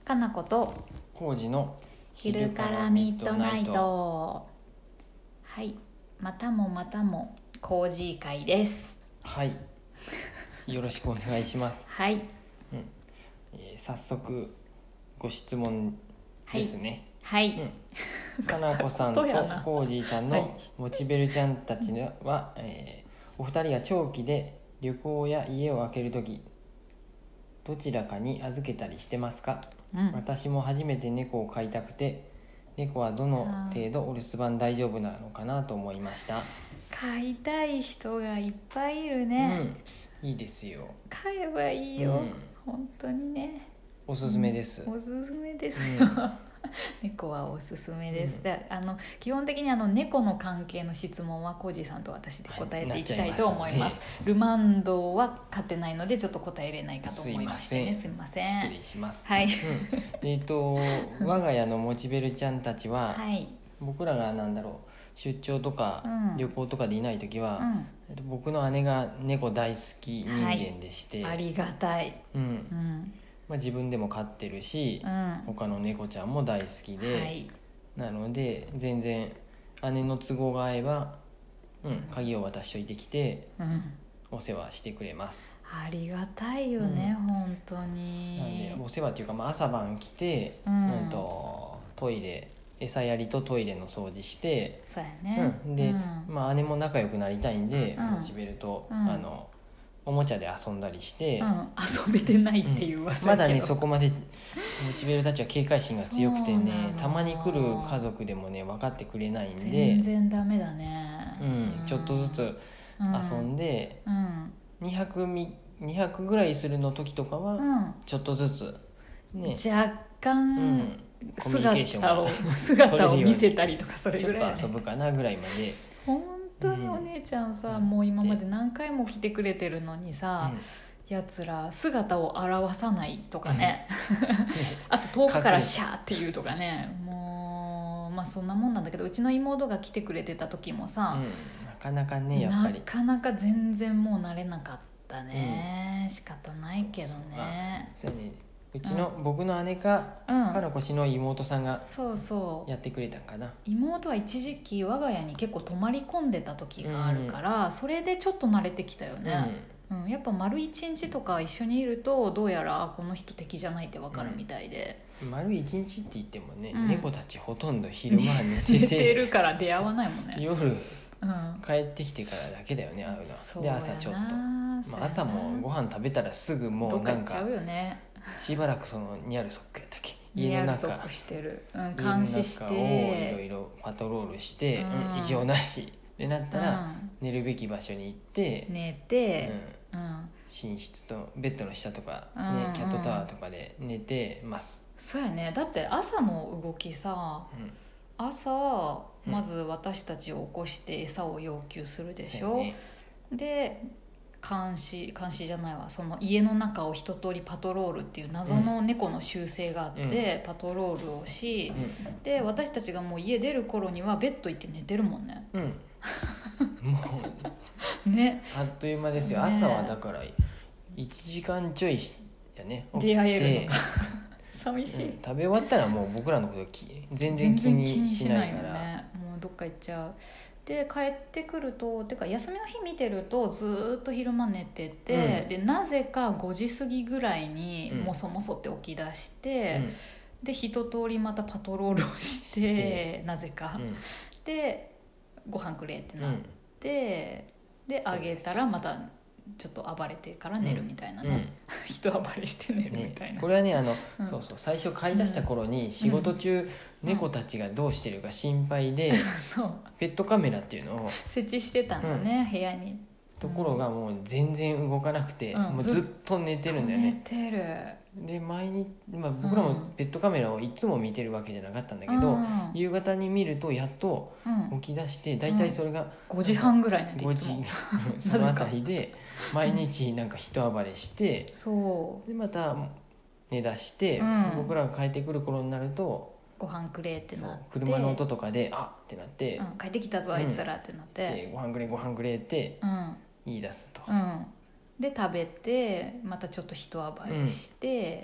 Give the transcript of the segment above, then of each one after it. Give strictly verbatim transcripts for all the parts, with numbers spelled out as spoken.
かなことコウジの昼からミッドナイト。はい、またもまたもコージー会です。 はい、よろしくお願いしますはい、 うんえー、早速ご質問ですね。 はい、 うん、かなこさんと片言やなコージーさんはいのモチベルちゃんたちは、えーお二人が長期で旅行や家を空けるときどちらかに預けたりしてますか？ うん、 私も初めて猫を飼いたくて、猫はどの程度お留守番大丈夫なのかなと思いました。 飼いたい人がいっぱいいるね、 うん、いいですよ。 飼えばいいよ、 うん、 本当にね。 おすすめです、 うん、おすすめですよ、うん猫はおすすめです、うん、であの基本的にあの猫の関係の質問はコージさんと私で答えていきたいと思います、はい、ルマンドは飼ってないのでちょっと答えれないかと思いましてね。すいません、 失礼します。 はい、うん、 えっと我が家のモチベルちゃんたちは、 はい、 僕らがなんだろう出張とか旅行とかでいない時は、うん、僕の姉が猫大好き人間でして、 はい、ありがたい、 うんうんまあ、自分でも飼ってるし、うん、他の猫ちゃんも大好きで、はい、なので全然姉の都合が合えば、うん、鍵を渡しといてきて、うん、お世話してくれます。 ありがたいよね、うん、本当に。 なんでお世話っていうか、まあ、朝晩来て、うんうん、とトイレ餌やりとトイレの掃除して、 そうやね、 うん、で、うんまあ、姉も仲良くなりたいんで、モチベルと、うん、あのおもちゃで遊んだりして、うん、 遊べてないっていう噂、 うん、まだねそこまでモチベルたちは警戒心が強くてねたまに来る家族でもね分かってくれないんで全然ダメだね、 うん、ちょっとずつ遊んで、うん、にひゃく, にひゃくぐらいするの時とかはちょっとずつ、ね、 若干、うん姿を姿を見せたりとかそれぐらい、ね、 ちょっと遊ぶかなぐらいまで。 本当にお姉ちゃんさ、うん、もう今まで何回も来てくれてるのにさ、うん、やつら姿を現さないとかね、うん、あと遠くからシャーって言うとかねもうまあそんなもんなんだけど、うちの妹が来てくれてた時もさ、 うん、なかなかねやっぱりなかなか全然もう慣れなかったね、うん、仕方ないけどね。 そうそう、うちの、うん、僕の姉か、うん、かのこしの妹さんがそうそうやってくれたんかな。 妹は一時期我が家に結構泊まり込んでた時があるから、うん、それでちょっと慣れてきたよね、うんうん、やっぱ丸一日とか一緒にいるとどうやらこの人敵じゃないって分かるみたいで、 うん、丸一日って言ってもね、うん、猫たちほとんど昼間寝てて寝てるから出会わないもんね。 夜、うん、帰ってきてからだけだよね会うの。で朝ちょっと、まあ、朝もご飯食べたらすぐもうなんかどっか行っちゃうよね。 しばらくそのニャルソックやったっけ、 家の中してる、うん、監視していろいろパトロールして、うん、異常なしでなったら、うん、寝るべき場所に行って寝て、 うんうん、寝室とベッドの下とか、ねうん、キャットタワーとかで寝てます。 そうやね。だって朝の動きさ、うん、朝まず私たちを起こして餌を要求するでしょ、ね、で監視監視じゃないわその家の中を一通りパトロールっていう謎の猫の習性があって、うん、パトロールをし、うん、で私たちがもう家出る頃にはベッド行って寝てるもんね、うん、 もうねあっという間ですよ、ね、朝はだからいちじかんちょいやね起きて出会えるのか寂しい、うん、 食べ終わったらもう僕らのこと全然気にしないから、 ね、もうどっか行っちゃう。で帰ってくるとてか休みの日見てるとずっと昼間寝てて、うん、でなぜかごじ過ぎぐらいにもそもそって起き出して、うん、で一通りまたパトロールをして、なぜか、うん、でご飯くれってなって、うん、であげたらまたちょっと暴れてから寝るみたいなね、うん、人暴れして寝るみたいな、 ね、これはねあの、うん、そうそう最初飼い出した頃に仕事中、うん猫たちがどうしてるか心配で、うん、そうペットカメラっていうのを設置してたんだね、うん、部屋に。 ところがもう全然動かなくて、うん、もうずっと寝てるんだよね。 ずっと寝てるで毎日、まあ、僕らもペットカメラをいつも見てるわけじゃなかったんだけど、うん、夕方に見るとやっと起き出して、だいたいそれがごじはんぐらい寝ていつもそのあたりで毎日なんか人暴れしてそうでまた寝出して、うん、僕らが帰ってくる頃になるとご飯くれってなって車の音とかであってなって、 うん、帰ってきたぞあいつらってなって、 うん、でご飯くれご飯くれって言い出すと、 うん、で食べてまたちょっと人暴れして、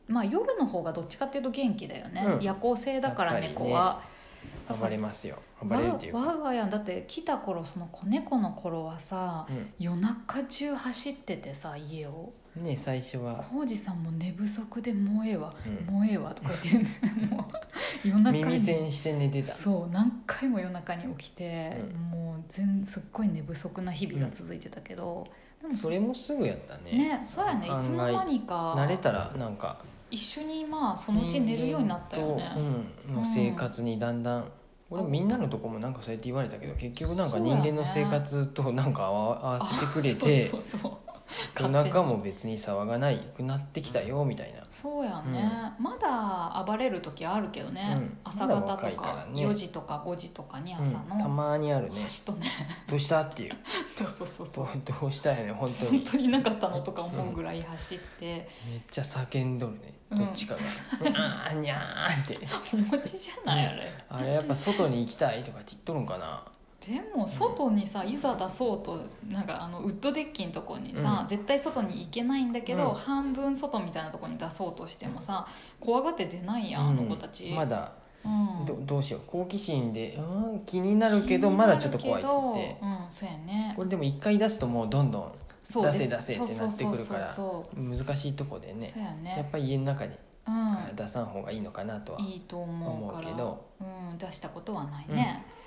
まあ夜の方がどっちかっていうと元気だよね、 うん、 夜行性だから猫は、 ね、暴れますよ。暴れるっていうか、 我が家だって来た頃、その子猫の頃はさ、うん、夜中中走っててさ、家をね、最初は浩二さんも寝不足でもうええわ、うん、もうええわとか言ってもう夜中に耳栓して寝てた。 そう、何回も夜中に起きて、うん、もう全すっごい寝不足な日々が続いてたけど、 うん、でもそれもすぐやったね。 ね、そうやね、いつの間にか慣れたらなんか一緒にまあそのうち寝るようになったよね。 うん、の生活にだんだん、うん、俺みんなのとこもなんかそうやって言われたけど、結局なんか人間の生活となんか合わせてくれて、そうそうそう、夜中も別に騒がないくなってきたよみたいな。 そうやね、うん、まだ暴れる時あるけどね、うん、朝方とかよじとかごじとかに朝の、 うん、たまにあるね。 橋とねどうしたっていうそうそうそうそう、 ど, どうしたよね本当に本当になかったのとか思うぐらい走って、 うん、めっちゃ叫んどるね、どっちかが、うん、にゃーにゃーってお餅じゃないあれ、 うん、あれやっぱ外に行きたいとかって言っとるんかな。 でも外にさ、いざ出そうとなんかあのウッドデッキのとこにさ、うん、絶対外に行けないんだけど、うん、半分外みたいなとこに出そうとしてもさ、怖がって出ないやん、うん、あの子たちまだ、うん、ど, どうしよう、好奇心で、うん、気になるけどまだちょっと怖いって言って、 うん、そうやね。 これでも一回出すともうどんどん出せ出せってなってくるから難しいとこでね、 そうやね、 やっぱり家の中にから出さん方がいいのかなとは思うけど、いいと思うけど、うん、出したことはないね、うん、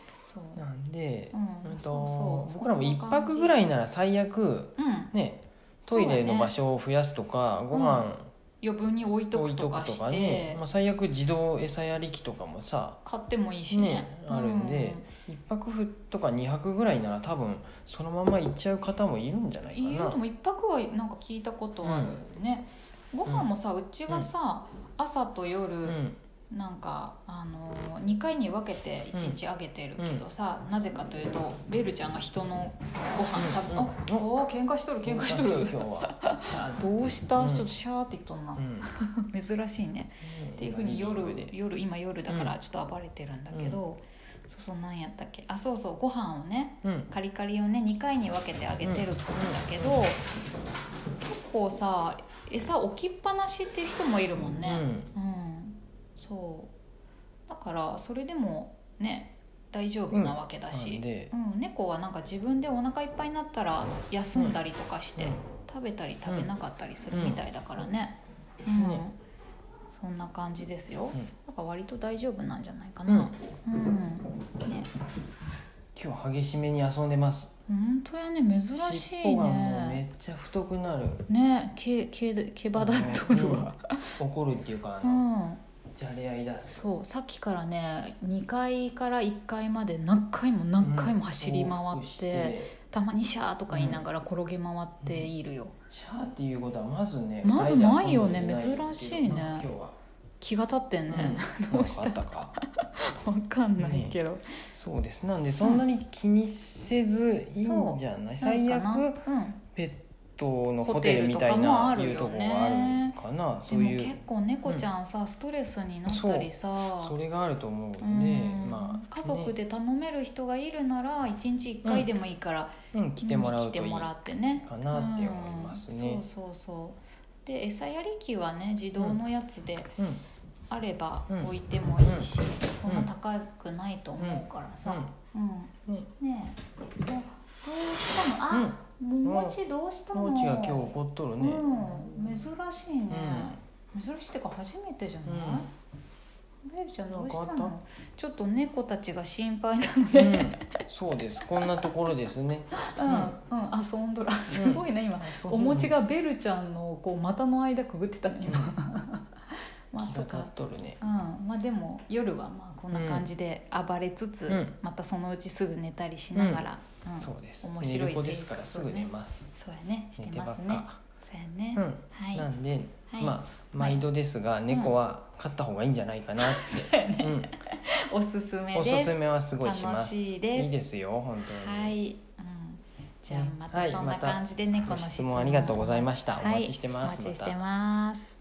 なんで、 うんうん、と僕らもいっぱくぐらいなら最悪、うんね、トイレの場所を増やすとか、ね、ご飯、うん、 余分に置いとくとかして、ね、 まあ、最悪自動餌やり機とかもさ買ってもいいし ね, ねあるんで、うん、いっぱくとかにはくぐらいなら多分そのまま行っちゃう方もいるんじゃないかな。いるでもいっぱくはなんか聞いたことあるね、うん、ご飯もさ、うちはさ、うん、朝と夜、うんなんかあのにかいに分けていちにちあげてるけどさ、うん、なぜかというとベルちゃんが人のご飯食べて、うん、あおー喧嘩しとる喧嘩しとる今日はどうした、うん、ちょっとシャーって言っとんな、うん、珍しいね、うん、っていうふうに夜夜今夜だからちょっと暴れてるんだけど、うん、そうそう何やったっけ、あそうそうご飯をね、うん、カリカリをねにかいに分けてあげてるんだけど、うん、結構さ餌置きっぱなしっていう人もいるもんね、うん、うんそうだからそれでもね大丈夫なわけだし、うんうん、猫はなんか自分でお腹いっぱいになったら休んだりとかして、うん、食べたり食べなかったりするみたいだからね、うんうん、そんな感じですよ、うん、だから割と大丈夫なんじゃないかな、うんうんね、 今日激しめに遊んでます。 本当やね、珍しいね。 尻尾がもうめっちゃ太くなるね、毛毛毛羽立っとるわ、 うん、怒るっていうかあの、うんじゃれ合いだ。 そうさっきからねにかいからいっかいまで何回も何回も走り回って、うん、たまにシャーとか言いながら転げ回っているよ、うん、 シャーっていうことはまずねまずないよね、珍しいね。今日は気が立ってんね、うん、どうしたか分かんないけど、ね、 そうです。なんでそんなに気にせずいいんじゃない、うん、最悪、うん、ペットのホテルみたいないうとこがあるかな。そういうでも結構猫ちゃんさ、うん、ストレスになったりさそ, それがあると思うんで、 うんまあ、 家族で頼める人がいるならいちにちいっかいでもいいから、 うんうん、来てもらうといい来てもらってねかなって思いますね、 うん、そうそうそうで餌やり機はね自動のやつで、うん、あれば置いてもいいし、うん、そんな高くないと思うからさ、うんうんねえ、ねえどうしたの、あ、うん、ももちどうしたの。 ももちが今日怒っとるね、 うん、珍しいね、うん、珍しいってか初めてじゃない、うん、ベルちゃんどうしたの。ちょっと猫たちが心配なので、うん、 そうですこんなところですねうん、うん、遊んどるすごいね今、うん、おもちがベルちゃんのこう股の間くぐってたね今、まあ、 気が立っとるね、 うんまあ、でも夜はまあこんな感じで暴れつつ、うん、またそのうちすぐ寝たりしながら、 うんうん、そうです面白い生活をね、寝る子ですからすぐ寝ます。 そうやねしてますね。そうやね、 うんはい、なんで、はい、まあ毎度ですが、はい、猫は飼った方がいいんじゃないかなって、 そうやね、うん、おすすめです。 おすすめはすごいします。 楽しいです。 いいですよ本当に。 はい、うん、じゃあまたそんな感じで猫の質問、 はい、また質問ありがとうございました。お待ちしてます。 はい、お待ちしてます。